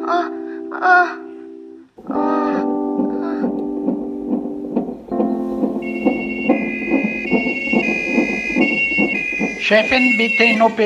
Chefin, bitte in OP.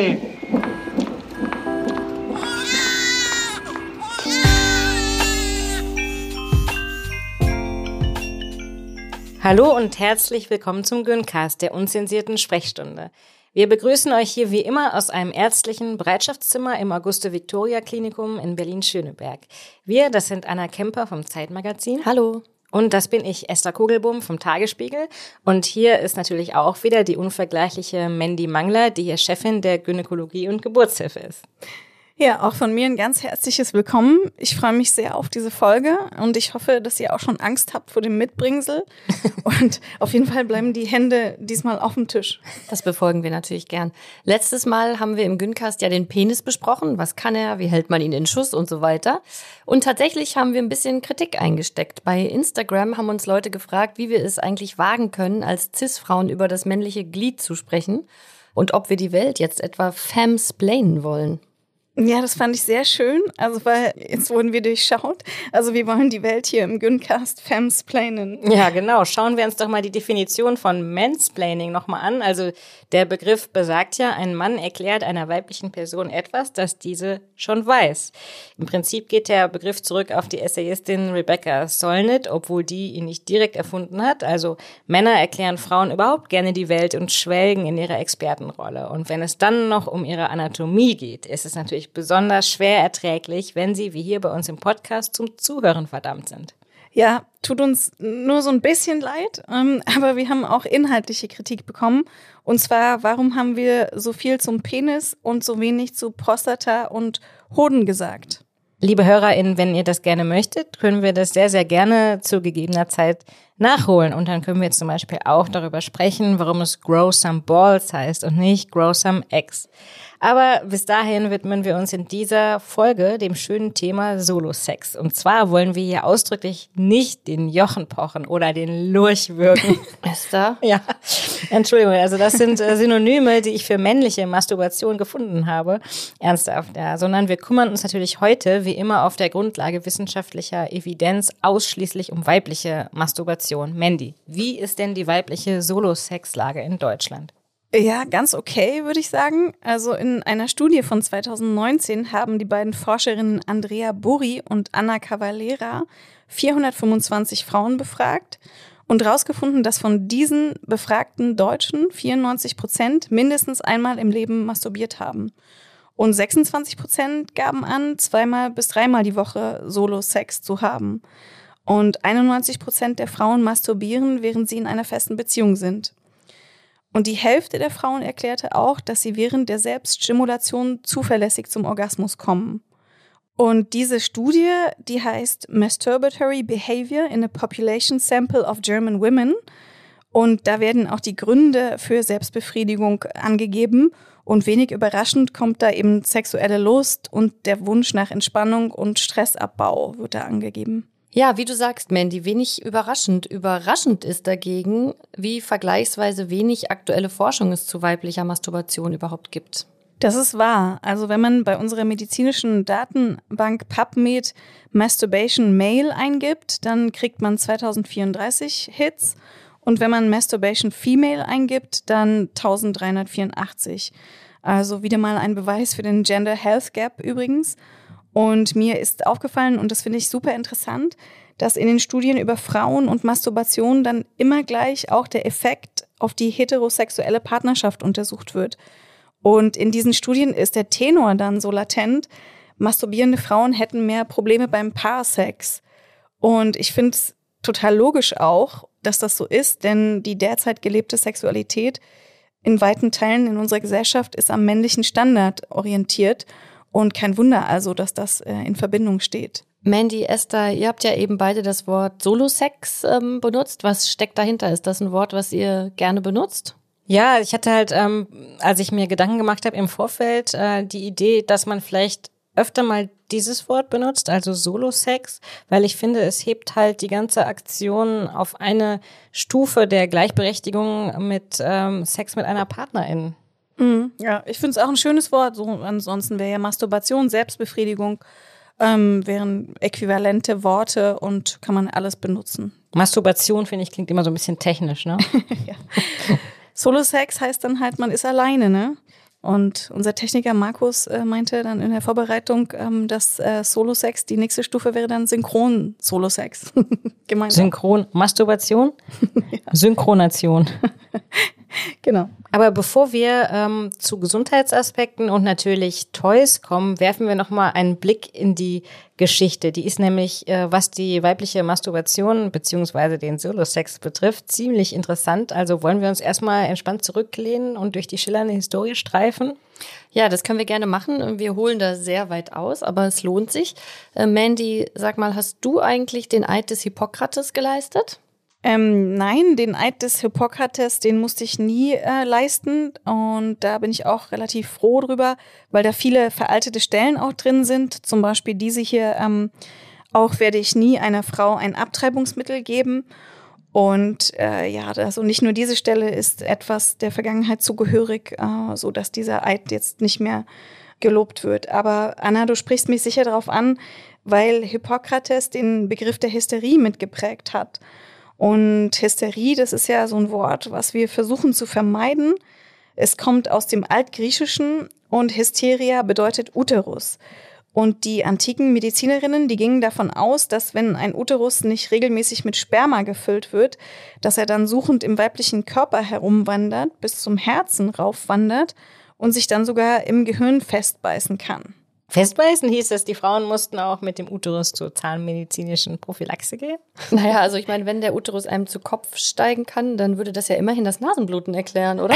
Hallo und herzlich willkommen zum Gyncast, der unzensierten Sprechstunde. Wir begrüßen euch hier wie immer aus einem ärztlichen Bereitschaftszimmer im Auguste-Victoria-Klinikum in Berlin-Schöneberg. Wir, das sind Anna Kemper vom Zeitmagazin. Hallo. Und das bin ich, Esther Kugelbohm vom Tagesspiegel. Und hier ist natürlich auch wieder die unvergleichliche Mandy Mangler, die hier Chefin der Gynäkologie und Geburtshilfe ist. Ja, auch von mir ein ganz herzliches Willkommen. Ich freue mich sehr auf diese Folge und ich hoffe, dass ihr auch schon Angst habt vor dem Mitbringsel. Und auf jeden Fall bleiben die Hände diesmal auf dem Tisch. Das befolgen wir natürlich gern. Letztes Mal haben wir im Gyncast ja den Penis besprochen. Was kann er? Wie hält man ihn in Schuss und so weiter? Und tatsächlich haben wir ein bisschen Kritik eingesteckt. Bei Instagram haben uns Leute gefragt, wie wir es eigentlich wagen können, als Cis-Frauen über das männliche Glied zu sprechen und ob wir die Welt jetzt etwa femsplainen wollen. Ja, das fand ich sehr schön, also weil jetzt wurden wir durchschaut. Also wir wollen die Welt hier im Gyncast femsplainen. Ja, genau. Schauen wir uns doch mal die Definition von Mansplaining nochmal an. Also der Begriff besagt ja, ein Mann erklärt einer weiblichen Person etwas, das diese schon weiß. Im Prinzip geht der Begriff zurück auf die Essayistin Rebecca Solnit, obwohl die ihn nicht direkt erfunden hat. Also Männer erklären Frauen überhaupt gerne die Welt und schwelgen in ihrer Expertenrolle. Und wenn es dann noch um ihre Anatomie geht, ist es natürlich besonders schwer erträglich, wenn sie, wie hier bei uns im Podcast, zum Zuhören verdammt sind. Ja, tut uns nur so ein bisschen leid, aber wir haben auch inhaltliche Kritik bekommen. Und zwar, warum haben wir so viel zum Penis und so wenig zu Prostata und Hoden gesagt? Liebe HörerInnen, wenn ihr das gerne möchtet, können wir das sehr, sehr gerne zu gegebener Zeit nachholen. Und dann können wir zum Beispiel auch darüber sprechen, warum es Grow Some Balls heißt und nicht Grow Some Eggs. Aber bis dahin widmen wir uns in dieser Folge dem schönen Thema Solo-Sex. Und zwar wollen wir hier ausdrücklich nicht den Jochen pochen oder den Lurch wirken. Esther? Ja, Entschuldigung, also das sind Synonyme, die ich für männliche Masturbation gefunden habe. Ernsthaft, ja. Sondern wir kümmern uns natürlich heute, wie immer auf der Grundlage wissenschaftlicher Evidenz, ausschließlich um weibliche Masturbation. Mandy, wie ist denn die weibliche Solo-Sex-Lage in Deutschland? Ja, ganz okay, würde ich sagen. Also in einer Studie von 2019 haben die beiden Forscherinnen Andrea Burri und Anna Cavalera 425 Frauen befragt und herausgefunden, dass von diesen befragten Deutschen 94% mindestens einmal im Leben masturbiert haben. Und 26% gaben an, 2-mal bis 3-mal die Woche Solo-Sex zu haben. Und 91% der Frauen masturbieren, während sie in einer festen Beziehung sind. Und die Hälfte der Frauen erklärte auch, dass sie während der Selbststimulation zuverlässig zum Orgasmus kommen. Und diese Studie, die heißt Masturbatory Behavior in a Population Sample of German Women. Und da werden auch die Gründe für Selbstbefriedigung angegeben. Und wenig überraschend kommt da eben sexuelle Lust und der Wunsch nach Entspannung und Stressabbau wird da angegeben. Ja, wie du sagst, Mandy, wenig überraschend. Überraschend ist dagegen, wie vergleichsweise wenig aktuelle Forschung es zu weiblicher Masturbation überhaupt gibt. Das ist wahr. Also wenn man bei unserer medizinischen Datenbank PubMed Masturbation Male eingibt, dann kriegt man 2034 Hits. Und wenn man Masturbation Female eingibt, dann 1384. Also wieder mal ein Beweis für den Gender Health Gap übrigens. Und mir ist aufgefallen, und das finde ich super interessant, dass in den Studien über Frauen und Masturbation dann immer gleich auch der Effekt auf die heterosexuelle Partnerschaft untersucht wird. Und in diesen Studien ist der Tenor dann so latent, masturbierende Frauen hätten mehr Probleme beim Paarsex. Und ich finde es total logisch auch, dass das so ist, denn die derzeit gelebte Sexualität in weiten Teilen in unserer Gesellschaft ist am männlichen Standard orientiert. Und kein Wunder also, dass das in Verbindung steht. Mandy, Esther, ihr habt ja eben beide das Wort Solo-Sex benutzt. Was steckt dahinter? Ist das ein Wort, was ihr gerne benutzt? Ja, ich hatte halt, als ich mir Gedanken gemacht habe im Vorfeld, die Idee, dass man vielleicht öfter mal dieses Wort benutzt, also Solo-Sex, weil ich finde, es hebt halt die ganze Aktion auf eine Stufe der Gleichberechtigung mit Sex mit einer Partnerin. Ja, ich finde es auch ein schönes Wort. So, ansonsten wäre ja Masturbation, Selbstbefriedigung wären äquivalente Worte und kann man alles benutzen. Masturbation, finde ich, klingt immer so ein bisschen technisch, ne? Ja. Solo-Sex heißt dann halt, man ist alleine, ne? Und unser Techniker Markus meinte dann in der Vorbereitung, dass Solo-Sex, die nächste Stufe wäre dann Synchron-Solo-Sex. Synchron-Masturbation? Ja. Synchronation. Genau. Aber bevor wir zu Gesundheitsaspekten und natürlich Toys kommen, werfen wir nochmal einen Blick in die Geschichte. Die ist nämlich, was die weibliche Masturbation bzw. den Solo-Sex betrifft, ziemlich interessant. Also wollen wir uns erstmal entspannt zurücklehnen und durch die schillernde Historie streifen? Ja, das können wir gerne machen. Wir holen da sehr weit aus, aber es lohnt sich. Mandy, sag mal, hast du eigentlich den Eid des Hippokrates geleistet? Nein, den Eid des Hippokrates, den musste ich nie leisten und da bin ich auch relativ froh drüber, weil da viele veraltete Stellen auch drin sind. Zum Beispiel diese hier, auch werde ich nie einer Frau ein Abtreibungsmittel geben. Und also nicht nur diese Stelle ist etwas der Vergangenheit zugehörig, so dass dieser Eid jetzt nicht mehr gelobt wird. Aber Anna, du sprichst mich sicher darauf an, weil Hippokrates den Begriff der Hysterie mitgeprägt hat. Und Hysterie, das ist ja so ein Wort, was wir versuchen zu vermeiden. Es kommt aus dem Altgriechischen und Hysteria bedeutet Uterus. Und die antiken Medizinerinnen, die gingen davon aus, dass wenn ein Uterus nicht regelmäßig mit Sperma gefüllt wird, dass er dann suchend im weiblichen Körper herumwandert, bis zum Herzen raufwandert und sich dann sogar im Gehirn festbeißen kann. Festbeißen hieß es, die Frauen mussten auch mit dem Uterus zur zahnmedizinischen Prophylaxe gehen? Naja, also ich meine, wenn der Uterus einem zu Kopf steigen kann, dann würde das ja immerhin das Nasenbluten erklären, oder?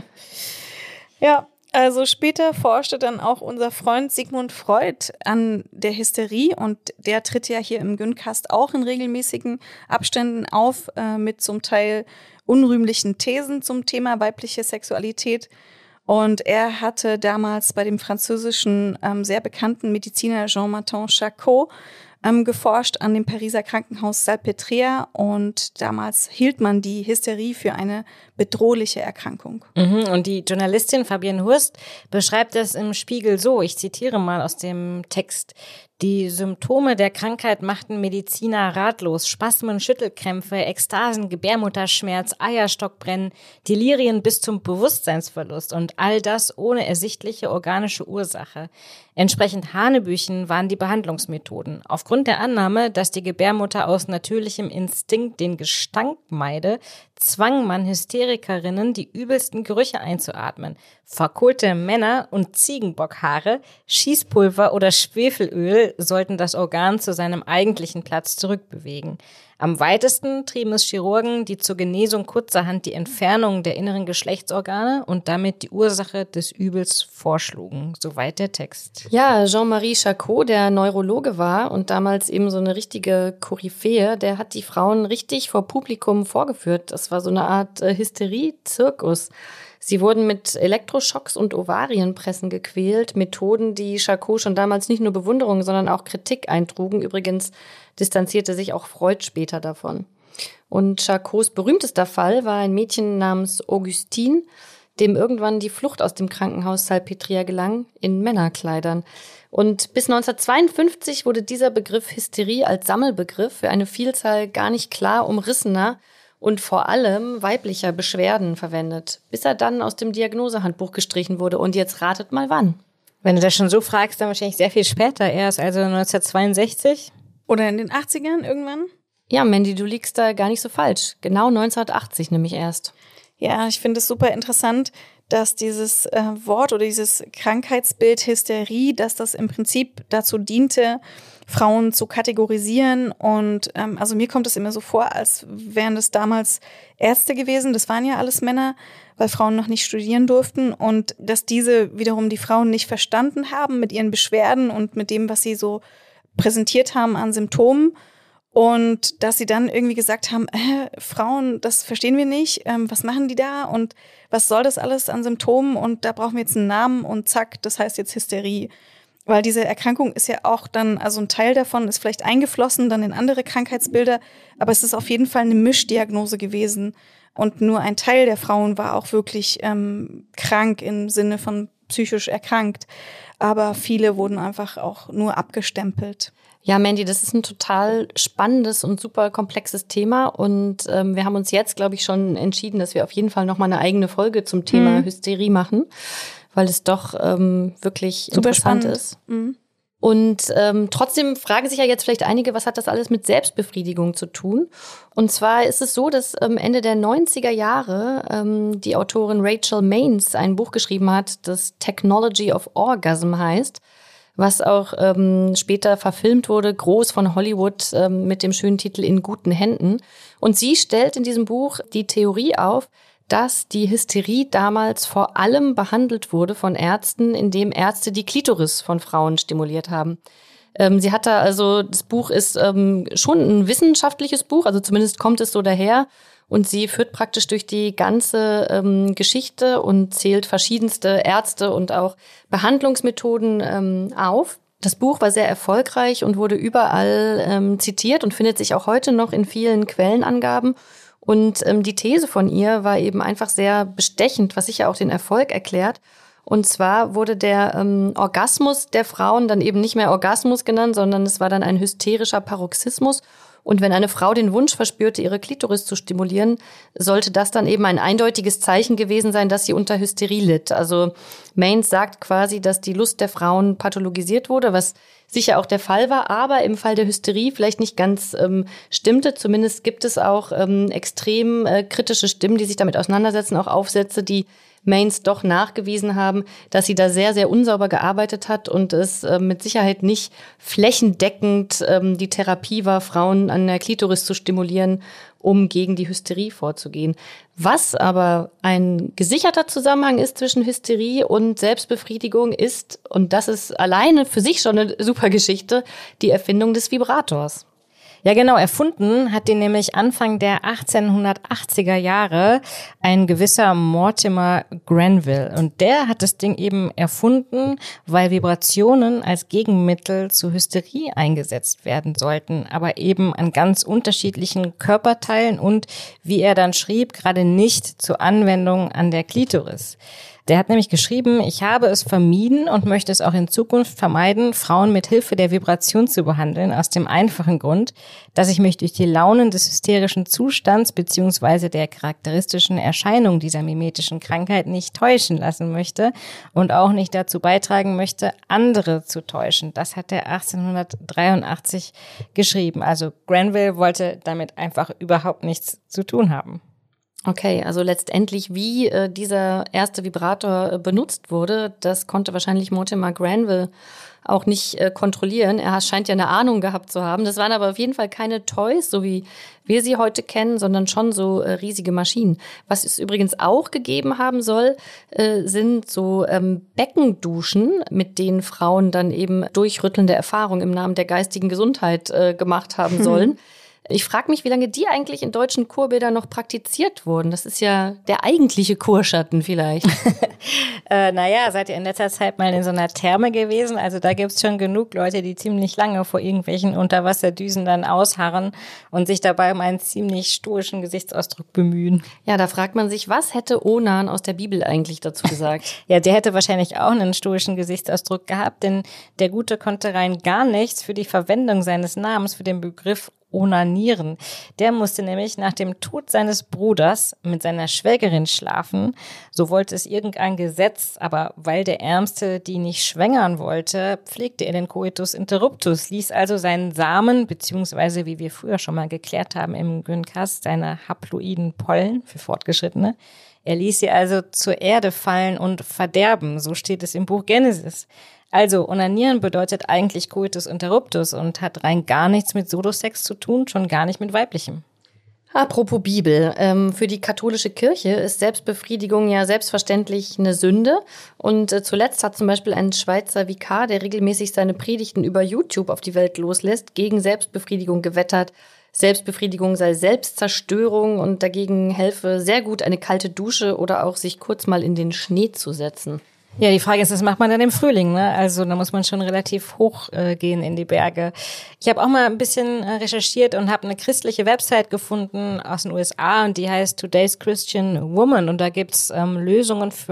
Ja, also später forschte dann auch unser Freund Sigmund Freud an der Hysterie und der tritt ja hier im Gyncast auch in regelmäßigen Abständen auf mit zum Teil unrühmlichen Thesen zum Thema weibliche Sexualität. Und er hatte damals bei dem französischen sehr bekannten Mediziner Jean-Martin Charcot geforscht an dem Pariser Krankenhaus Salpêtrière und damals hielt man die Hysterie für eine bedrohliche Erkrankung. Und die Journalistin Fabienne Hurst beschreibt das im Spiegel so, ich zitiere mal aus dem Text: Die Symptome der Krankheit machten Mediziner ratlos. Spasmen, Schüttelkrämpfe, Ekstasen, Gebärmutterschmerz, Eierstockbrennen, Delirien bis zum Bewusstseinsverlust und all das ohne ersichtliche organische Ursache. Entsprechend Hanebüchen waren die Behandlungsmethoden. Aufgrund der Annahme, dass die Gebärmutter aus natürlichem Instinkt den Gestank meide, zwang man Hysterikerinnen, die übelsten Gerüche einzuatmen. Verkohlte Männer und Ziegenbockhaare, Schießpulver oder Schwefelöl sollten das Organ zu seinem eigentlichen Platz zurückbewegen. Am weitesten trieben es Chirurgen, die zur Genesung kurzerhand die Entfernung der inneren Geschlechtsorgane und damit die Ursache des Übels vorschlugen. Soweit der Text. Ja, Jean-Marie Charcot, der Neurologe war und damals eben so eine richtige Koryphäe, der hat die Frauen richtig vor Publikum vorgeführt. Das war so eine Art Hysterie-Zirkus. Sie wurden mit Elektroschocks und Ovarienpressen gequält, Methoden, die Charcot schon damals nicht nur Bewunderung, sondern auch Kritik eintrugen. Übrigens distanzierte sich auch Freud später davon. Und Charcots berühmtester Fall war ein Mädchen namens Augustine, dem irgendwann die Flucht aus dem Krankenhaus Salpêtrière gelang, in Männerkleidern. Und bis 1952 wurde dieser Begriff Hysterie als Sammelbegriff für eine Vielzahl gar nicht klar umrissener und vor allem weiblicher Beschwerden verwendet, bis er dann aus dem Diagnosehandbuch gestrichen wurde. Und jetzt ratet mal wann. Wenn du das schon so fragst, dann wahrscheinlich sehr viel später erst, also 1962. Oder in den 80ern irgendwann? Ja, Mandy, du liegst da gar nicht so falsch. Genau 1980 nämlich erst. Ja, ich finde es super interessant, dass dieses Wort oder dieses Krankheitsbild Hysterie, dass das im Prinzip dazu diente, Frauen zu kategorisieren. Und also mir kommt es immer so vor, als wären das damals Ärzte gewesen. Das waren ja alles Männer, weil Frauen noch nicht studieren durften. Und dass diese wiederum die Frauen nicht verstanden haben mit ihren Beschwerden und mit dem, was sie so präsentiert haben an Symptomen. Und dass sie dann irgendwie gesagt haben, Frauen, das verstehen wir nicht, was machen die da und was soll das alles an Symptomen und da brauchen wir jetzt einen Namen und zack, das heißt jetzt Hysterie. Weil diese Erkrankung ist ja auch dann, also ein Teil davon ist vielleicht eingeflossen dann in andere Krankheitsbilder, aber es ist auf jeden Fall eine Mischdiagnose gewesen und nur ein Teil der Frauen war auch wirklich krank im Sinne von psychisch erkrankt. Aber viele wurden einfach auch nur abgestempelt. Ja, Mandy, das ist ein total spannendes und super komplexes Thema. Und wir haben uns jetzt, glaube ich, schon entschieden, dass wir auf jeden Fall nochmal eine eigene Folge zum Thema Hysterie machen, weil es doch wirklich super interessant spannend ist. Und trotzdem fragen sich ja jetzt vielleicht einige, was hat das alles mit Selbstbefriedigung zu tun? Und zwar ist es so, dass Ende der 90er Jahre die Autorin Rachel Maines ein Buch geschrieben hat, das Technology of Orgasm heißt, was auch später verfilmt wurde, groß von Hollywood mit dem schönen Titel In guten Händen. Und sie stellt in diesem Buch die Theorie auf, dass die Hysterie damals vor allem behandelt wurde von Ärzten, indem Ärzte die Klitoris von Frauen stimuliert haben. Sie hat da also, das Buch ist schon ein wissenschaftliches Buch, also zumindest kommt es so daher. Und sie führt praktisch durch die ganze Geschichte und zählt verschiedenste Ärzte und auch Behandlungsmethoden auf. Das Buch war sehr erfolgreich und wurde überall zitiert und findet sich auch heute noch in vielen Quellenangaben. Und die These von ihr war eben einfach sehr bestechend, was sicher auch den Erfolg erklärt. Und zwar wurde der Orgasmus der Frauen dann eben nicht mehr Orgasmus genannt, sondern es war dann ein hysterischer Paroxysmus. Und wenn eine Frau den Wunsch verspürte, ihre Klitoris zu stimulieren, sollte das dann eben ein eindeutiges Zeichen gewesen sein, dass sie unter Hysterie litt. Also Maines sagt quasi, dass die Lust der Frauen pathologisiert wurde, was sicher auch der Fall war, aber im Fall der Hysterie vielleicht nicht ganz stimmte. Zumindest gibt es auch extrem kritische Stimmen, die sich damit auseinandersetzen, auch Aufsätze, die Maines doch nachgewiesen haben, dass sie da sehr, sehr unsauber gearbeitet hat und es mit Sicherheit nicht flächendeckend die Therapie war, Frauen an der Klitoris zu stimulieren, um gegen die Hysterie vorzugehen. Was aber ein gesicherter Zusammenhang ist zwischen Hysterie und Selbstbefriedigung ist, und das ist alleine für sich schon eine super Geschichte, die Erfindung des Vibrators. Ja, genau. Erfunden hat den nämlich Anfang der 1880er Jahre ein gewisser Mortimer Granville. Und der hat das Ding eben erfunden, weil Vibrationen als Gegenmittel zur Hysterie eingesetzt werden sollten, aber eben an ganz unterschiedlichen Körperteilen und, wie er dann schrieb, gerade nicht zur Anwendung an der Klitoris. Der hat nämlich geschrieben, ich habe es vermieden und möchte es auch in Zukunft vermeiden, Frauen mit Hilfe der Vibration zu behandeln, aus dem einfachen Grund, dass ich mich durch die Launen des hysterischen Zustands bzw. der charakteristischen Erscheinung dieser mimetischen Krankheit nicht täuschen lassen möchte und auch nicht dazu beitragen möchte, andere zu täuschen. Das hat er 1883 geschrieben. Also Granville wollte damit einfach überhaupt nichts zu tun haben. Okay, also letztendlich, wie dieser erste Vibrator benutzt wurde, das konnte wahrscheinlich Mortimer Granville auch nicht kontrollieren. Er scheint ja eine Ahnung gehabt zu haben. Das waren aber auf jeden Fall keine Toys, so wie wir sie heute kennen, sondern schon so riesige Maschinen. Was es übrigens auch gegeben haben soll, sind so Beckenduschen, mit denen Frauen dann eben durchrüttelnde Erfahrungen im Namen der geistigen Gesundheit gemacht haben sollen. Ich frage mich, wie lange die eigentlich in deutschen Kurbädern noch praktiziert wurden. Das ist ja der eigentliche Kurschatten vielleicht. Seid ihr in letzter Zeit mal in so einer Therme gewesen? Also da gibt's schon genug Leute, die ziemlich lange vor irgendwelchen Unterwasserdüsen dann ausharren und sich dabei um einen ziemlich stoischen Gesichtsausdruck bemühen. Ja, da fragt man sich, was hätte Onan aus der Bibel eigentlich dazu gesagt? Ja, der hätte wahrscheinlich auch einen stoischen Gesichtsausdruck gehabt, denn der Gute konnte rein gar nichts für die Verwendung seines Namens für den Begriff onanieren. Der musste nämlich nach dem Tod seines Bruders mit seiner Schwägerin schlafen. So wollte es irgendein Gesetz, aber weil der Ärmste die nicht schwängern wollte, pflegte er den Coitus interruptus, ließ also seinen Samen, beziehungsweise wie wir früher schon mal geklärt haben im Gynkast, seine haploiden Pollen für Fortgeschrittene. Er ließ sie also zur Erde fallen und verderben, so steht es im Buch Genesis. Also, onanieren bedeutet eigentlich Coitus interruptus und hat rein gar nichts mit Solosex zu tun, schon gar nicht mit weiblichem. Apropos Bibel, für die katholische Kirche ist Selbstbefriedigung ja selbstverständlich eine Sünde. Und zuletzt hat zum Beispiel ein Schweizer Vikar, der regelmäßig seine Predigten über YouTube auf die Welt loslässt, gegen Selbstbefriedigung gewettert. Selbstbefriedigung sei Selbstzerstörung und dagegen helfe sehr gut eine kalte Dusche oder auch sich kurz mal in den Schnee zu setzen. Ja, die Frage ist, was macht man dann im Frühling, ne? Also da muss man schon relativ hoch gehen in die Berge. Ich habe auch mal ein bisschen recherchiert und habe eine christliche Website gefunden aus den USA und die heißt Today's Christian Woman und da gibt's Lösungen für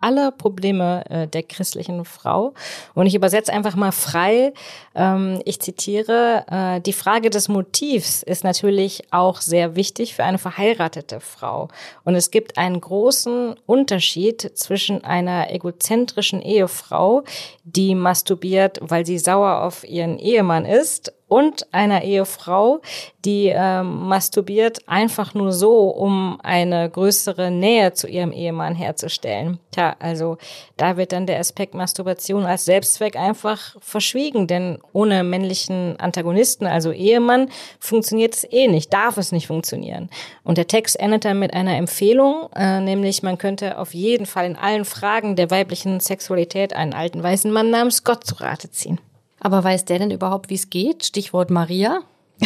aller Probleme der christlichen Frau. Und ich übersetze einfach mal frei. Ich zitiere, die Frage des Motivs ist natürlich auch sehr wichtig für eine verheiratete Frau. Und es gibt einen großen Unterschied zwischen einer egozentrischen Ehefrau, die masturbiert, weil sie sauer auf ihren Ehemann ist, und einer Ehefrau, die masturbiert einfach nur so, um eine größere Nähe zu ihrem Ehemann herzustellen. Tja, also da wird dann der Aspekt Masturbation als Selbstzweck einfach verschwiegen, denn ohne männlichen Antagonisten, also Ehemann, funktioniert es nicht, darf es nicht funktionieren. Und der Text endet dann mit einer Empfehlung, nämlich man könnte auf jeden Fall in allen Fragen der weiblichen Sexualität einen alten weißen Mann namens Gott zu Rate ziehen. Aber weiß der denn überhaupt, wie es geht? Stichwort Maria.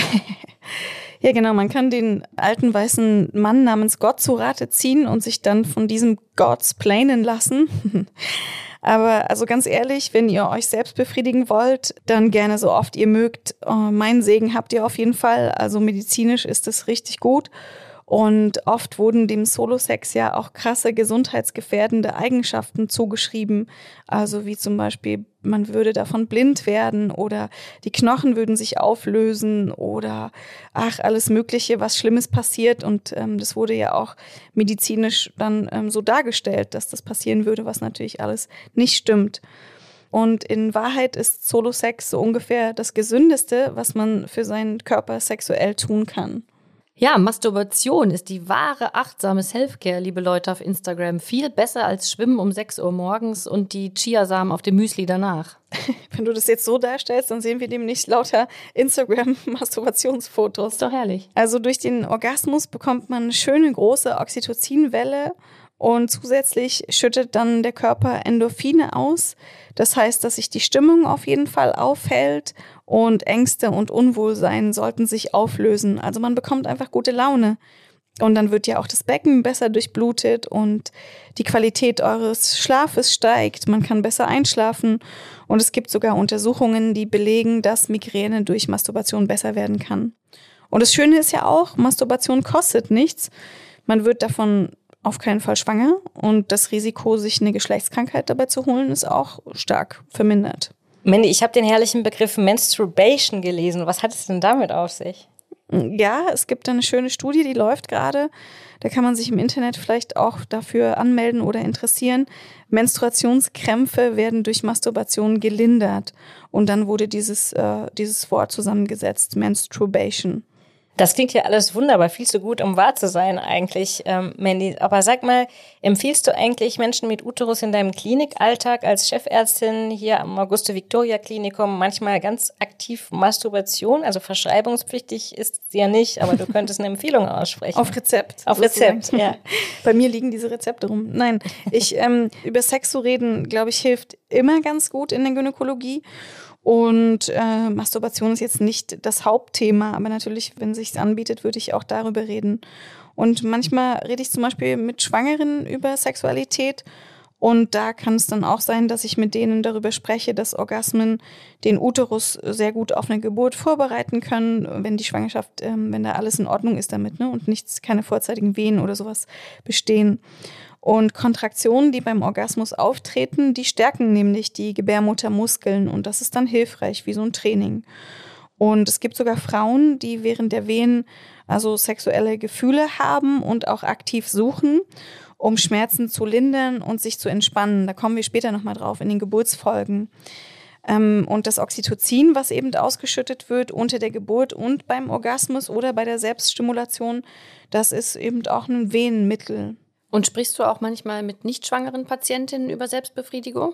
Ja, genau. Man kann den alten weißen Mann namens Gott zu Rate ziehen und sich dann von diesem Gott plainen lassen. Aber also ganz ehrlich, wenn ihr euch selbst befriedigen wollt, dann gerne so oft ihr mögt. Meinen Segen habt ihr auf jeden Fall. Also medizinisch ist es richtig gut. Und oft wurden dem Solosex ja auch krasse gesundheitsgefährdende Eigenschaften zugeschrieben. Also wie zum Beispiel, man würde davon blind werden oder die Knochen würden sich auflösen oder alles Mögliche, was Schlimmes passiert. Und das wurde ja auch medizinisch dann so dargestellt, dass das passieren würde, was natürlich alles nicht stimmt. Und in Wahrheit ist Solosex so ungefähr das Gesündeste, was man für seinen Körper sexuell tun kann. Ja, Masturbation ist die wahre achtsame Selfcare, liebe Leute auf Instagram. Viel besser als Schwimmen um 6 Uhr morgens und die Chiasamen auf dem Müsli danach. Wenn du das jetzt so darstellst, dann sehen wir demnächst lauter Instagram-Masturbationsfotos. Ist doch herrlich. Also durch den Orgasmus bekommt man eine schöne große Oxytocinwelle und zusätzlich schüttet dann der Körper Endorphine aus. Das heißt, dass sich die Stimmung auf jeden Fall aufhält und Ängste und Unwohlsein sollten sich auflösen. Also man bekommt einfach gute Laune. Und dann wird ja auch das Becken besser durchblutet und die Qualität eures Schlafes steigt. Man kann besser einschlafen. Und es gibt sogar Untersuchungen, die belegen, dass Migräne durch Masturbation besser werden kann. Und das Schöne ist ja auch, Masturbation kostet nichts. Man wird davon auf keinen Fall schwanger. Und das Risiko, sich eine Geschlechtskrankheit dabei zu holen, ist auch stark vermindert. Mandy, ich habe den herrlichen Begriff Menstruation gelesen. Was hat es denn damit auf sich? Ja, es gibt eine schöne Studie, die läuft gerade. Da kann man sich im Internet vielleicht auch dafür anmelden oder interessieren. Menstruationskrämpfe werden durch Masturbation gelindert. Und dann wurde dieses Wort zusammengesetzt, Menstruation. Das klingt ja alles wunderbar, viel zu gut, um wahr zu sein eigentlich, Mandy. Aber sag mal, empfiehlst du eigentlich Menschen mit Uterus in deinem Klinikalltag als Chefärztin hier am Auguste-Victoria-Klinikum manchmal ganz aktiv Masturbation? Also verschreibungspflichtig ist sie ja nicht, aber du könntest eine Empfehlung aussprechen. Auf Rezept. Auf Rezept, ja. Bei mir liegen diese Rezepte rum. Nein, über Sex zu reden, glaube ich, hilft immer ganz gut in der Gynäkologie. Und Masturbation ist jetzt nicht das Hauptthema, aber natürlich, wenn es sich anbietet, würde ich auch darüber reden. Und manchmal rede ich zum Beispiel mit Schwangeren über Sexualität und da kann es dann auch sein, dass ich mit denen darüber spreche, dass Orgasmen den Uterus sehr gut auf eine Geburt vorbereiten können, wenn die Schwangerschaft, wenn da alles in Ordnung ist damit, ne, und keine vorzeitigen Wehen oder sowas bestehen. Und Kontraktionen, die beim Orgasmus auftreten, die stärken nämlich die Gebärmuttermuskeln und das ist dann hilfreich, wie so ein Training. Und es gibt sogar Frauen, die während der Wehen also sexuelle Gefühle haben und auch aktiv suchen, um Schmerzen zu lindern und sich zu entspannen. Da kommen wir später nochmal drauf in den Geburtsfolgen. Und das Oxytocin, was eben ausgeschüttet wird unter der Geburt und beim Orgasmus oder bei der Selbststimulation, das ist eben auch ein Wehenmittel. Und sprichst du auch manchmal mit nicht schwangeren Patientinnen über Selbstbefriedigung?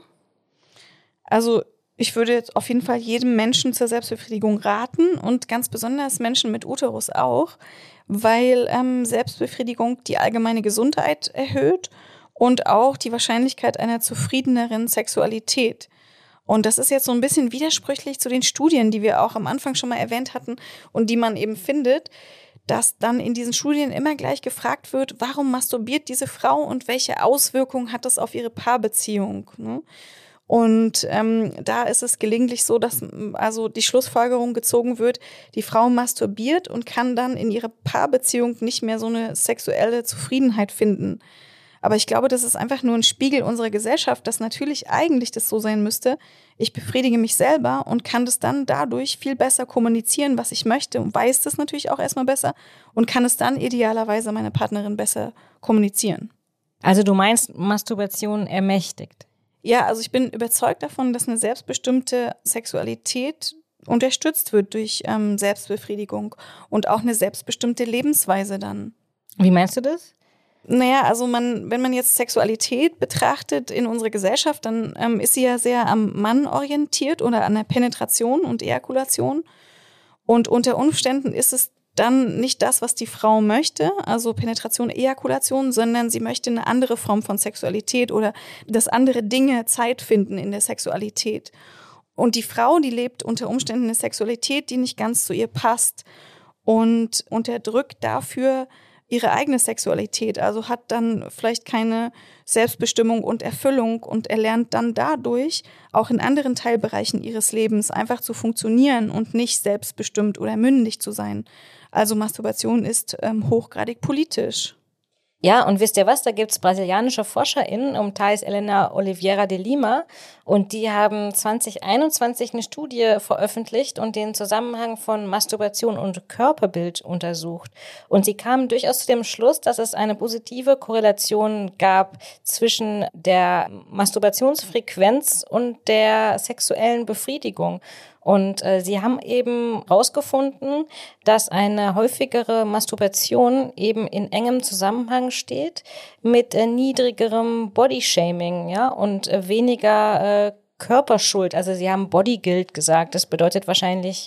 Also ich würde jetzt auf jeden Fall jedem Menschen zur Selbstbefriedigung raten und ganz besonders Menschen mit Uterus auch, weil Selbstbefriedigung die allgemeine Gesundheit erhöht und auch die Wahrscheinlichkeit einer zufriedeneren Sexualität. Und das ist jetzt so ein bisschen widersprüchlich zu den Studien, die wir auch am Anfang schon mal erwähnt hatten und die man eben findet, dass dann in diesen Studien immer gleich gefragt wird, warum masturbiert diese Frau und welche Auswirkungen hat das auf ihre Paarbeziehung, ne? Und da ist es gelegentlich so, dass also die Schlussfolgerung gezogen wird, die Frau masturbiert und kann dann in ihrer Paarbeziehung nicht mehr so eine sexuelle Zufriedenheit finden. Aber ich glaube, das ist einfach nur ein Spiegel unserer Gesellschaft, dass natürlich eigentlich das so sein müsste. Ich befriedige mich selber und kann das dann dadurch viel besser kommunizieren, was ich möchte und weiß das natürlich auch erstmal besser und kann es dann idealerweise meiner Partnerin besser kommunizieren. Also du meinst, Masturbation ermächtigt? Ja, also ich bin überzeugt davon, dass eine selbstbestimmte Sexualität unterstützt wird durch Selbstbefriedigung und auch eine selbstbestimmte Lebensweise dann. Wie meinst du das? Naja, also wenn man jetzt Sexualität betrachtet in unserer Gesellschaft, dann ist sie ja sehr am Mann orientiert oder an der Penetration und Ejakulation. Und unter Umständen ist es dann nicht das, was die Frau möchte, also Penetration, Ejakulation, sondern sie möchte eine andere Form von Sexualität oder dass andere Dinge Zeit finden in der Sexualität. Und die Frau, die lebt unter Umständen eine Sexualität, die nicht ganz zu ihr passt und unterdrückt dafür ihre eigene Sexualität, also hat dann vielleicht keine Selbstbestimmung und Erfüllung und erlernt dann dadurch auch in anderen Teilbereichen ihres Lebens einfach zu funktionieren und nicht selbstbestimmt oder mündig zu sein. Also Masturbation ist hochgradig politisch. Ja, und wisst ihr was, da gibt's brasilianische ForscherInnen um Thais Helena Oliveira de Lima und die haben 2021 eine Studie veröffentlicht und den Zusammenhang von Masturbation und Körperbild untersucht. Und sie kamen durchaus zu dem Schluss, dass es eine positive Korrelation gab zwischen der Masturbationsfrequenz und der sexuellen Befriedigung. Und sie haben eben herausgefunden, dass eine häufigere Masturbation eben in engem Zusammenhang steht mit niedrigerem Bodyshaming, ja, und weniger Körperschuld. Also sie haben Bodyguilt gesagt. Das bedeutet wahrscheinlich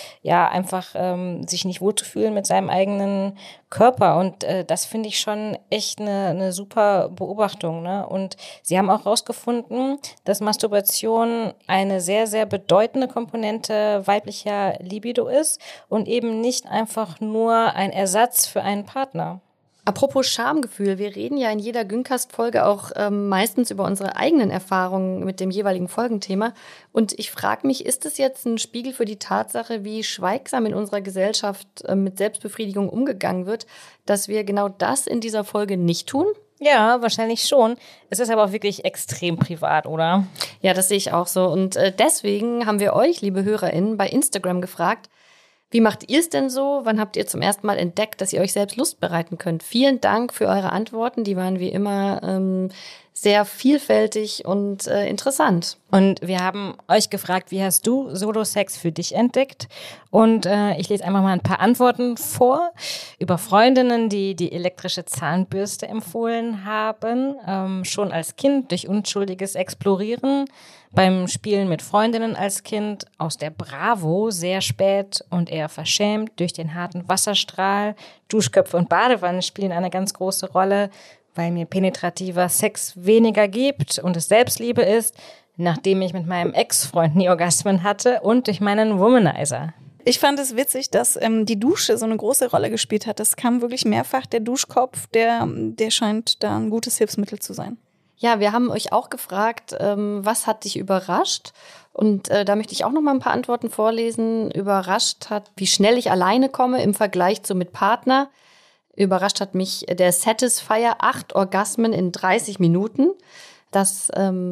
einfach sich nicht wohlzufühlen mit seinem eigenen Körper. Und das finde ich schon echt eine super Beobachtung, ne? Und sie haben auch herausgefunden, dass Masturbation eine sehr, sehr bedeutende Komponente weiblicher Libido ist und eben nicht einfach nur ein Ersatz für einen Partner. Apropos Schamgefühl, wir reden ja in jeder Gyncast-Folge auch meistens über unsere eigenen Erfahrungen mit dem jeweiligen Folgenthema. Und ich frage mich, ist es jetzt ein Spiegel für die Tatsache, wie schweigsam in unserer Gesellschaft mit Selbstbefriedigung umgegangen wird, dass wir genau das in dieser Folge nicht tun? Ja, wahrscheinlich schon. Es ist aber auch wirklich extrem privat, oder? Ja, das sehe ich auch so. Und deswegen haben wir euch, liebe HörerInnen, bei Instagram gefragt, wie macht ihr es denn so? Wann habt ihr zum ersten Mal entdeckt, dass ihr euch selbst Lust bereiten könnt? Vielen Dank für eure Antworten. Die waren wie immer sehr vielfältig und interessant. Und wir haben euch gefragt, wie hast du Solo-Sex für dich entdeckt? Und ich lese einfach mal ein paar Antworten vor über Freundinnen, die die elektrische Zahnbürste empfohlen haben, schon als Kind durch unschuldiges Explorieren, beim Spielen mit Freundinnen als Kind, aus der Bravo sehr spät und eher verschämt durch den harten Wasserstrahl. Duschköpfe und Badewannen spielen eine ganz große Rolle, weil mir penetrativer Sex weniger gibt und es Selbstliebe ist, nachdem ich mit meinem Ex-Freund nie Orgasmen hatte und durch meinen Womanizer. Ich fand es witzig, dass die Dusche so eine große Rolle gespielt hat. Das kam wirklich mehrfach. Der Duschkopf, der scheint da ein gutes Hilfsmittel zu sein. Ja, wir haben euch auch gefragt, was hat dich überrascht? Und da möchte ich auch noch mal ein paar Antworten vorlesen. Überrascht hat, wie schnell ich alleine komme im Vergleich zu mit Partner. Überrascht hat mich der Satisfier, 8 Orgasmen in 30 Minuten, dass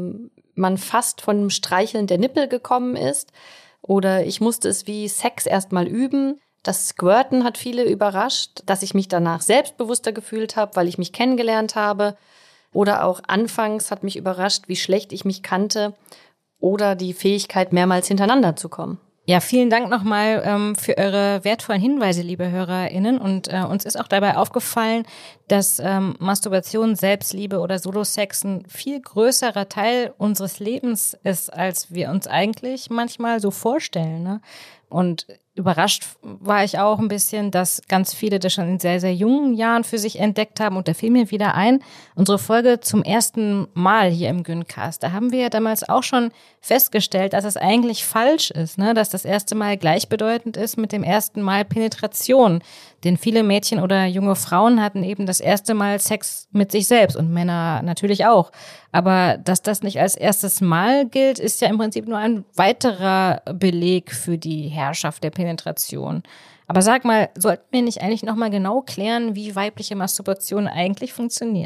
man fast von dem Streicheln der Nippel gekommen ist. Oder ich musste es wie Sex erstmal üben. Das Squirten hat viele überrascht, dass ich mich danach selbstbewusster gefühlt habe, weil ich mich kennengelernt habe. Oder auch anfangs hat mich überrascht, wie schlecht ich mich kannte. Oder die Fähigkeit, mehrmals hintereinander zu kommen. Ja, vielen Dank nochmal für eure wertvollen Hinweise, liebe HörerInnen. Und uns ist auch dabei aufgefallen, dass Masturbation, Selbstliebe oder Solo-Sex ein viel größerer Teil unseres Lebens ist, als wir uns eigentlich manchmal so vorstellen, ne? Und überrascht war ich auch ein bisschen, dass ganz viele das schon in sehr, sehr jungen Jahren für sich entdeckt haben. Und da fiel mir wieder ein, unsere Folge zum ersten Mal hier im Gyncast. Da haben wir ja damals auch schon festgestellt, dass es eigentlich falsch ist, ne? Dass das erste Mal gleichbedeutend ist mit dem ersten Mal Penetration. Denn viele Mädchen oder junge Frauen hatten eben das erste Mal Sex mit sich selbst und Männer natürlich auch. Aber dass das nicht als erstes Mal gilt, ist ja im Prinzip nur ein weiterer Beleg für die Herrschaft der Penetration. Aber sag mal, sollten wir nicht eigentlich nochmal genau klären, wie weibliche Masturbation eigentlich funktioniert?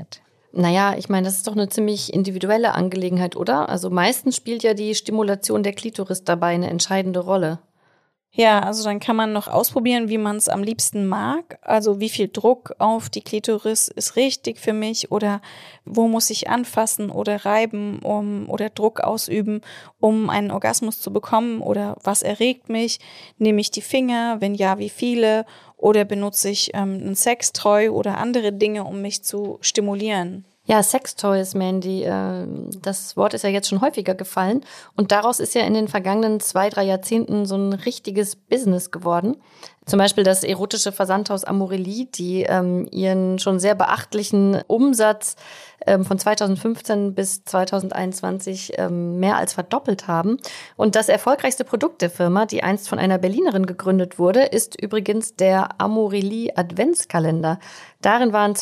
Naja, ich meine, das ist doch eine ziemlich individuelle Angelegenheit, oder? Also meistens spielt ja die Stimulation der Klitoris dabei eine entscheidende Rolle. Ja, also dann kann man noch ausprobieren, wie man es am liebsten mag. Also wie viel Druck auf die Klitoris ist richtig für mich oder wo muss ich anfassen oder reiben oder Druck ausüben, um einen Orgasmus zu bekommen oder was erregt mich? Nehme ich die Finger? Wenn ja, wie viele? Oder benutze ich ein Sextoy oder andere Dinge, um mich zu stimulieren? Ja, Sextoys, Mandy, das Wort ist ja jetzt schon häufiger gefallen und daraus ist ja in den vergangenen 2-3 Jahrzehnten so ein richtiges Business geworden. Zum Beispiel das erotische Versandhaus Amorelie, die ihren schon sehr beachtlichen Umsatz von 2015 bis 2021 mehr als verdoppelt haben. Und das erfolgreichste Produkt der Firma, die einst von einer Berlinerin gegründet wurde, ist übrigens der Amorelie Adventskalender. Darin waren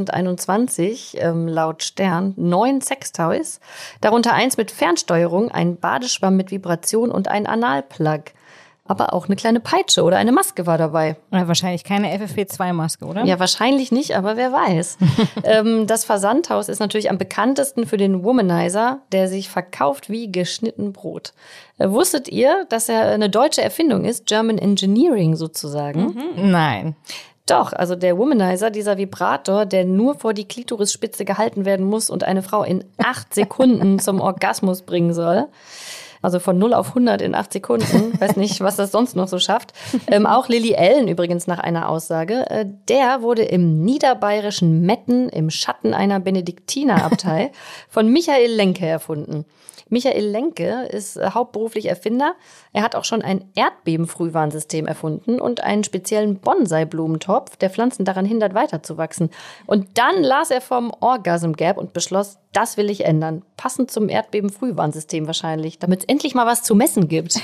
2021 laut Stern 9 Sextoys, darunter eins mit Fernsteuerung, ein Badeschwamm mit Vibration und ein Analplug. Aber auch eine kleine Peitsche oder eine Maske war dabei. Ja, wahrscheinlich keine FFP2-Maske, oder? Ja, wahrscheinlich nicht, aber wer weiß. Das Versandhaus ist natürlich am bekanntesten für den Womanizer, der sich verkauft wie geschnitten Brot. Wusstet ihr, dass er eine deutsche Erfindung ist? German Engineering sozusagen? Nein. Doch, also der Womanizer, dieser Vibrator, der nur vor die Klitorisspitze gehalten werden muss und eine Frau in 8 Sekunden zum Orgasmus bringen soll. Also von 0 auf 100 in 8 Sekunden. Weiß nicht, was das sonst noch so schafft. Auch Lily Allen übrigens nach einer Aussage. Der wurde im niederbayerischen Metten im Schatten einer Benediktinerabtei von Michael Lenke erfunden. Michael Lenke ist hauptberuflich Erfinder. Er hat auch schon ein Erdbebenfrühwarnsystem erfunden und einen speziellen Bonsai-Blumentopf, der Pflanzen daran hindert, weiterzuwachsen. Und dann las er vom Orgasm Gap und beschloss, das will ich ändern. Passend zum Erdbebenfrühwarnsystem wahrscheinlich, damit es endlich mal was zu messen gibt.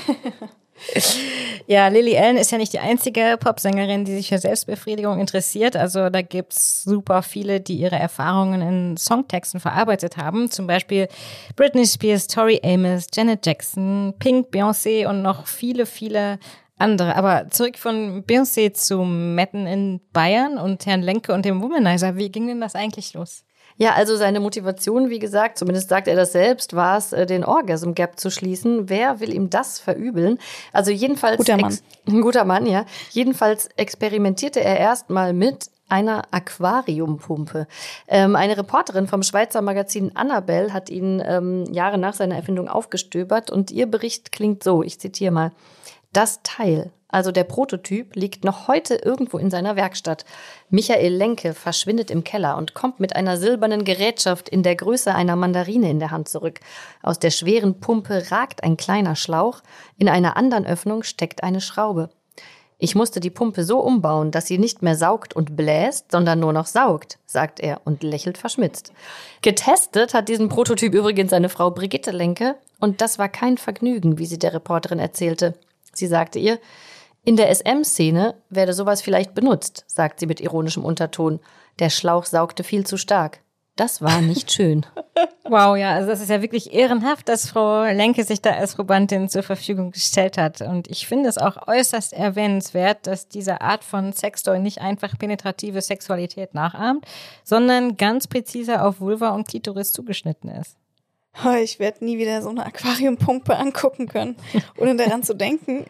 Ja, Lily Allen ist ja nicht die einzige Popsängerin, die sich für Selbstbefriedigung interessiert. Also da gibt's super viele, die ihre Erfahrungen in Songtexten verarbeitet haben. Zum Beispiel Britney Spears, Tori Amos, Janet Jackson, Pink, Beyoncé und noch viele, viele andere. Aber zurück von Beyoncé zu Metten in Bayern und Herrn Lenke und dem Womanizer. Wie ging denn das eigentlich los? Ja, also seine Motivation, wie gesagt, zumindest sagt er das selbst, war es, den Orgasm Gap zu schließen. Wer will ihm das verübeln? Also jedenfalls ein guter Mann, ja. Jedenfalls experimentierte er erstmal mit einer Aquariumpumpe. Eine Reporterin vom Schweizer Magazin Annabelle hat ihn Jahre nach seiner Erfindung aufgestöbert und ihr Bericht klingt so, ich zitiere mal: Das Teil, also der Prototyp, liegt noch heute irgendwo in seiner Werkstatt. Michael Lenke verschwindet im Keller und kommt mit einer silbernen Gerätschaft in der Größe einer Mandarine in der Hand zurück. Aus der schweren Pumpe ragt ein kleiner Schlauch, in einer anderen Öffnung steckt eine Schraube. Ich musste die Pumpe so umbauen, dass sie nicht mehr saugt und bläst, sondern nur noch saugt, sagt er und lächelt verschmitzt. Getestet hat diesen Prototyp übrigens seine Frau Brigitte Lenke und das war kein Vergnügen, wie sie der Reporterin erzählte. Sie sagte ihr: In der SM-Szene werde sowas vielleicht benutzt, sagt sie mit ironischem Unterton. Der Schlauch saugte viel zu stark. Das war nicht schön. Wow, ja, also das ist ja wirklich ehrenhaft, dass Frau Lenke sich da als Probandin zur Verfügung gestellt hat. Und ich finde es auch äußerst erwähnenswert, dass diese Art von Sextoy nicht einfach penetrative Sexualität nachahmt, sondern ganz präzise auf Vulva und Klitoris zugeschnitten ist. Ich werde nie wieder so eine Aquariumpumpe angucken können, ohne daran zu denken.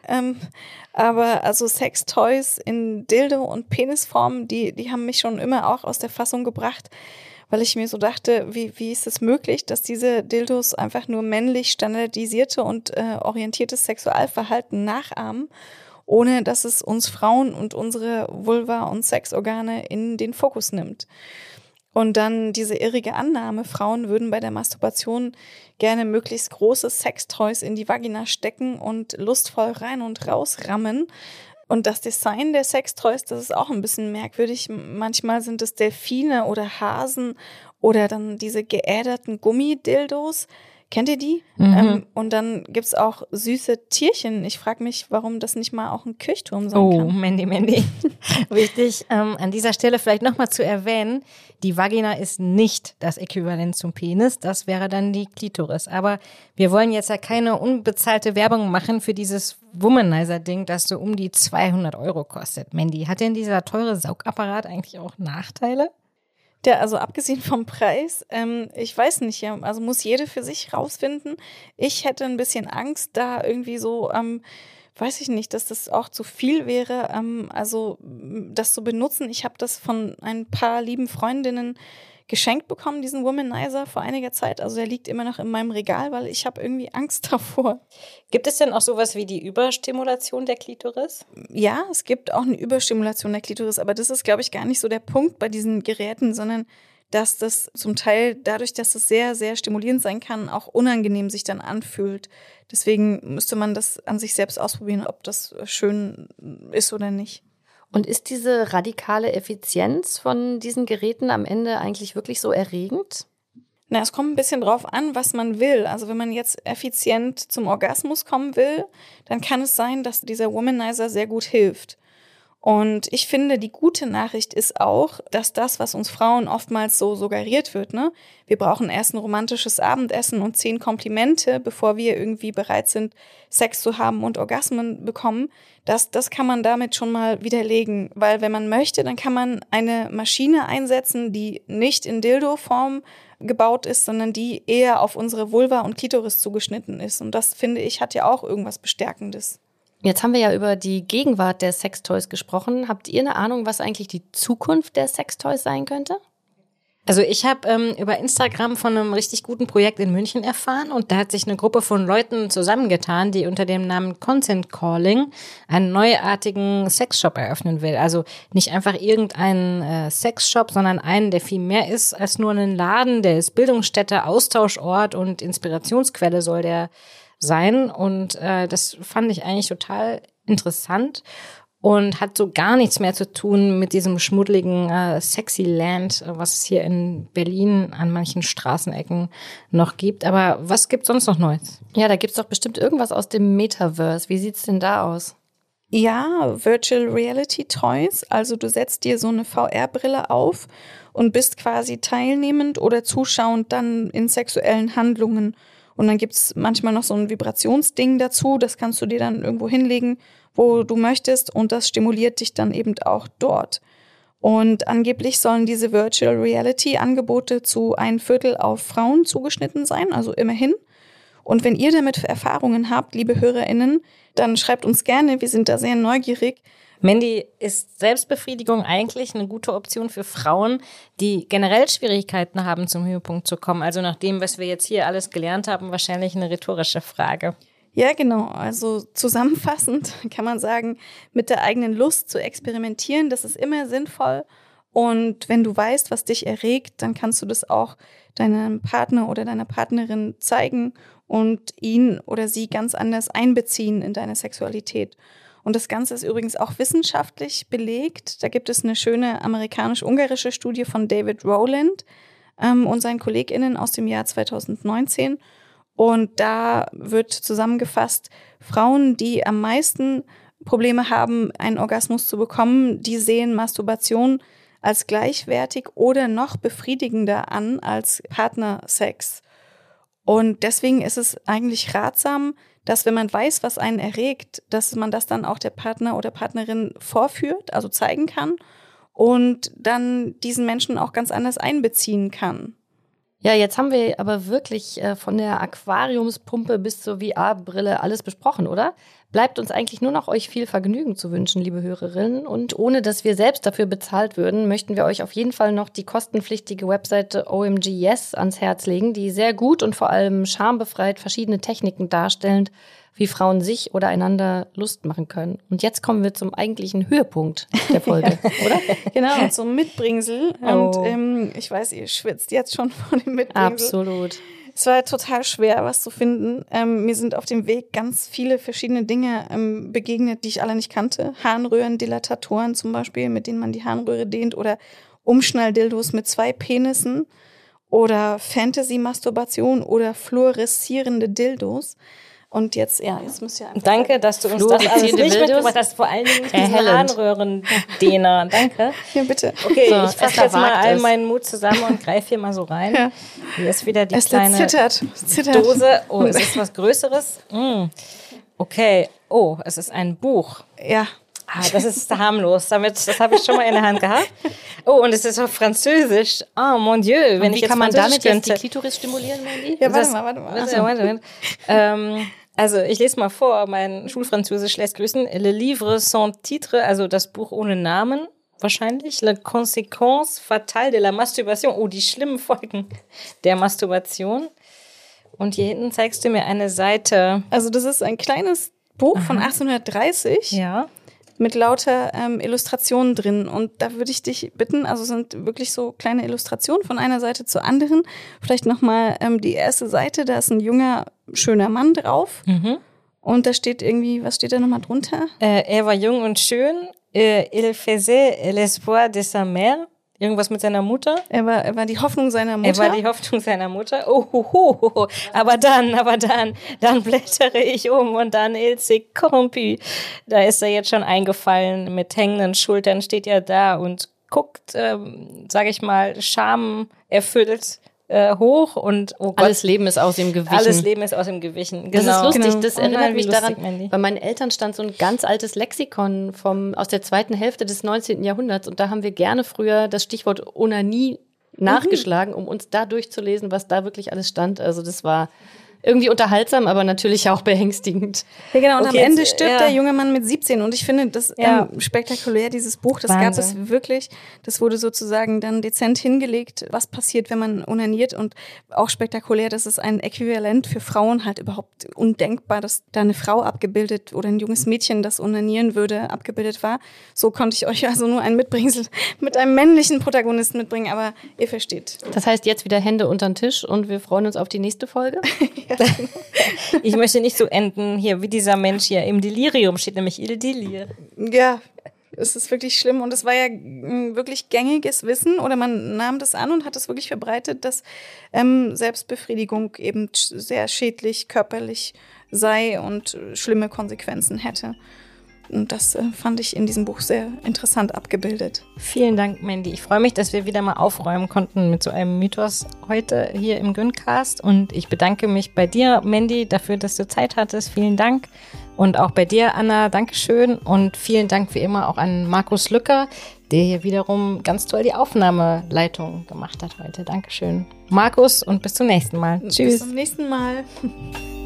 Aber also Sextoys in Dildo- und Penisform, die haben mich schon immer auch aus der Fassung gebracht, weil ich mir so dachte, wie ist es möglich, dass diese Dildos einfach nur männlich standardisierte und orientiertes Sexualverhalten nachahmen, ohne dass es uns Frauen und unsere Vulva und Sexorgane in den Fokus nimmt. Und dann diese irrige Annahme, Frauen würden bei der Masturbation gerne möglichst große Sextoys in die Vagina stecken und lustvoll rein und raus rammen. Und das Design der Sextoys, das ist auch ein bisschen merkwürdig. Manchmal sind es Delfine oder Hasen oder dann diese geäderten Gummidildos. Kennt ihr die? Mhm. Und dann gibt's auch süße Tierchen. Ich frage mich, warum das nicht mal auch ein Kirchturm sein kann. Oh, Mandy. Wichtig, an dieser Stelle vielleicht nochmal zu erwähnen, die Vagina ist nicht das Äquivalent zum Penis, das wäre dann die Klitoris. Aber wir wollen jetzt ja keine unbezahlte Werbung machen für dieses Womanizer-Ding, das so um die 200 € kostet. Mandy, hat denn dieser teure Saugapparat eigentlich auch Nachteile? Ja, also abgesehen vom Preis, ich weiß nicht, ja, also muss jede für sich rausfinden. Ich hätte ein bisschen Angst, da irgendwie so, weiß ich nicht, dass das auch zu viel wäre, also das zu benutzen. Ich habe das von ein paar lieben Freundinnen geschenkt bekommen, diesen Womanizer vor einiger Zeit. Also der liegt immer noch in meinem Regal, weil ich habe irgendwie Angst davor. Gibt es denn auch sowas wie die Überstimulation der Klitoris? Ja, es gibt auch eine Überstimulation der Klitoris, aber das ist, glaube ich, gar nicht so der Punkt bei diesen Geräten, sondern dass das zum Teil dadurch, dass es sehr, sehr stimulierend sein kann, auch unangenehm sich dann anfühlt. Deswegen müsste man das an sich selbst ausprobieren, ob das schön ist oder nicht. Und ist diese radikale Effizienz von diesen Geräten am Ende eigentlich wirklich so erregend? Na, es kommt ein bisschen drauf an, was man will. Also wenn man jetzt effizient zum Orgasmus kommen will, dann kann es sein, dass dieser Womanizer sehr gut hilft. Und ich finde, die gute Nachricht ist auch, dass das, was uns Frauen oftmals so suggeriert wird, ne, wir brauchen erst ein romantisches Abendessen und 10 Komplimente, bevor wir irgendwie bereit sind, Sex zu haben und Orgasmen bekommen, das kann man damit schon mal widerlegen. Weil wenn man möchte, dann kann man eine Maschine einsetzen, die nicht in Dildo-Form gebaut ist, sondern die eher auf unsere Vulva und Klitoris zugeschnitten ist. Und das, finde ich, hat ja auch irgendwas Bestärkendes. Jetzt haben wir ja über die Gegenwart der Sextoys gesprochen. Habt ihr eine Ahnung, was eigentlich die Zukunft der Sextoys sein könnte? Also ich habe über Instagram von einem richtig guten Projekt in München erfahren und da hat sich eine Gruppe von Leuten zusammengetan, die unter dem Namen Consent Calling einen neuartigen Sexshop eröffnen will. Also nicht einfach irgendeinen Sexshop, sondern einen, der viel mehr ist als nur ein Laden, der ist Bildungsstätte, Austauschort und Inspirationsquelle soll der sein. Und das fand ich eigentlich total interessant. Und hat so gar nichts mehr zu tun mit diesem schmuddeligen Sexyland, was es hier in Berlin an manchen Straßenecken noch gibt. Aber was gibt's sonst noch Neues? Ja, da gibt's doch bestimmt irgendwas aus dem Metaverse. Wie sieht's denn da aus? Ja, Virtual Reality Toys. Also du setzt dir so eine VR-Brille auf und bist quasi teilnehmend oder zuschauend dann in sexuellen Handlungen. Und dann gibt's manchmal noch so ein Vibrationsding dazu. Das kannst du dir dann irgendwo hinlegen, wo du möchtest, und das stimuliert dich dann eben auch dort. Und angeblich sollen diese Virtual Reality Angebote zu 1/4 auf Frauen zugeschnitten sein, also immerhin. Und wenn ihr damit Erfahrungen habt, liebe HörerInnen, dann schreibt uns gerne, wir sind da sehr neugierig. Mandy, ist Selbstbefriedigung eigentlich eine gute Option für Frauen, die generell Schwierigkeiten haben, zum Höhepunkt zu kommen? Also nach dem, was wir jetzt hier alles gelernt haben, wahrscheinlich eine rhetorische Frage. Ja, genau. Also zusammenfassend kann man sagen, mit der eigenen Lust zu experimentieren, das ist immer sinnvoll. Und wenn du weißt, was dich erregt, dann kannst du das auch deinem Partner oder deiner Partnerin zeigen und ihn oder sie ganz anders einbeziehen in deine Sexualität. Und das Ganze ist übrigens auch wissenschaftlich belegt. Da gibt es eine schöne amerikanisch-ungarische Studie von David Rowland und seinen KollegInnen aus dem Jahr 2019. Und da wird zusammengefasst, Frauen, die am meisten Probleme haben, einen Orgasmus zu bekommen, die sehen Masturbation als gleichwertig oder noch befriedigender an als Partnersex. Und deswegen ist es eigentlich ratsam, dass wenn man weiß, was einen erregt, dass man das dann auch der Partner oder Partnerin vorführt, also zeigen kann und dann diesen Menschen auch ganz anders einbeziehen kann. Ja, jetzt haben wir aber wirklich von der Aquariumspumpe bis zur VR-Brille alles besprochen, oder? Bleibt uns eigentlich nur noch euch viel Vergnügen zu wünschen, liebe Hörerinnen. Und ohne dass wir selbst dafür bezahlt würden, möchten wir euch auf jeden Fall noch die kostenpflichtige Webseite OMG Yes ans Herz legen, die sehr gut und vor allem schambefreit verschiedene Techniken darstellend, wie Frauen sich oder einander Lust machen können. Und jetzt kommen wir zum eigentlichen Höhepunkt der Folge, oder? Genau, zum Mitbringsel. Oh. Und ich weiß, ihr schwitzt jetzt schon vor dem Mitbringsel. Absolut. Es war total schwer, was zu finden. Mir sind auf dem Weg ganz viele verschiedene Dinge begegnet, die ich alle nicht kannte. Harnröhrendilatatoren zum Beispiel, mit denen man die Harnröhre dehnt, oder Umschnalldildos mit 2 Penissen oder Fantasy-Masturbation oder fluoreszierende Dildos. Und jetzt müsst ihr einfach... Danke, dass du uns das alles nicht mitgebracht hast, vor allen Dingen diesen Harnröhrendehner. Danke. Ja, bitte. Okay, ich fasse jetzt mal all meinen Mut zusammen und greife hier mal so rein. Ja. Hier ist wieder die Esther kleine zittert. Dose. Oh, ist das was Größeres? Okay. Oh, es ist ein Buch. Ja. Das ist harmlos. Das habe ich schon mal in der Hand gehabt. Oh, und es ist auf Französisch. Oh, mon Dieu. Wenn ich Wie jetzt kann man Französisch damit jetzt die könnte. Klitoris stimulieren, Mandy? Ja, warte mal. Also ich lese mal vor, mein Schulfranzösisch lässt grüßen. Le livre sans titre, also das Buch ohne Namen wahrscheinlich. La conséquence fatale de la masturbation. Oh, die schlimmen Folgen der Masturbation. Und hier hinten zeigst du mir eine Seite. Also das ist ein kleines Buch von 1830 Ja. mit lauter Illustrationen drin. Und da würde ich dich bitten, also es sind wirklich so kleine Illustrationen von einer Seite zur anderen. Vielleicht nochmal die erste Seite, da ist ein junger, schöner Mann drauf. Und da steht irgendwie, was steht da nochmal drunter? Er war jung und schön. Il faisait l'espoir de sa mère. Irgendwas mit seiner Mutter. Er war die Hoffnung seiner Mutter. Er war die Hoffnung seiner Mutter. Oh. Aber dann blättere ich um und dann il s'est corrompu. Da ist er jetzt schon eingefallen. Mit hängenden Schultern steht er da und guckt, sage ich mal, schamerfüllt hoch und oh Gott. Alles Leben ist aus ihm gewichen. Alles Leben ist aus ihm gewichen. Das ist lustig, Genau. das Oh erinnert nein, wie mich lustig, daran, Mandy. bei meinen Eltern stand so ein ganz altes Lexikon aus der zweiten Hälfte des 19. Jahrhunderts und da haben wir gerne früher das Stichwort Onanie nachgeschlagen, um uns da durchzulesen, was da wirklich alles stand. Also das war irgendwie unterhaltsam, aber natürlich auch beängstigend. Ja, genau. Und Okay, am Ende jetzt, stirbt der junge Mann mit 17. Und ich finde das spektakulär, dieses Buch. Das gab Wahnsinn. es wirklich. Das wurde sozusagen dann dezent hingelegt, was passiert, wenn man onaniert. Und auch spektakulär, das ist ein Äquivalent für Frauen halt überhaupt undenkbar, dass da eine Frau abgebildet oder ein junges Mädchen, das onanieren würde, abgebildet war. So konnte ich euch also nur ein Mitbringsel mit einem männlichen Protagonisten mitbringen. Aber ihr versteht. Das heißt jetzt wieder Hände unter den Tisch und wir freuen uns auf die nächste Folge. Ich möchte nicht so enden hier wie dieser Mensch hier. Im Delirium steht nämlich Il Delir. Ja, es ist wirklich schlimm und es war ja wirklich gängiges Wissen oder man nahm das an und hat es wirklich verbreitet, dass Selbstbefriedigung eben sehr schädlich körperlich sei und schlimme Konsequenzen hätte. Und das fand ich in diesem Buch sehr interessant abgebildet. Vielen Dank, Mandy. Ich freue mich, dass wir wieder mal aufräumen konnten mit so einem Mythos heute hier im Güncast. Und ich bedanke mich bei dir, Mandy, dafür, dass du Zeit hattest. Vielen Dank. Und auch bei dir, Anna, Dankeschön. Und vielen Dank wie immer auch an Markus Lücker, der hier wiederum ganz toll die Aufnahmeleitung gemacht hat heute. Dankeschön. Markus und bis zum nächsten Mal. Tschüss. Bis zum nächsten Mal.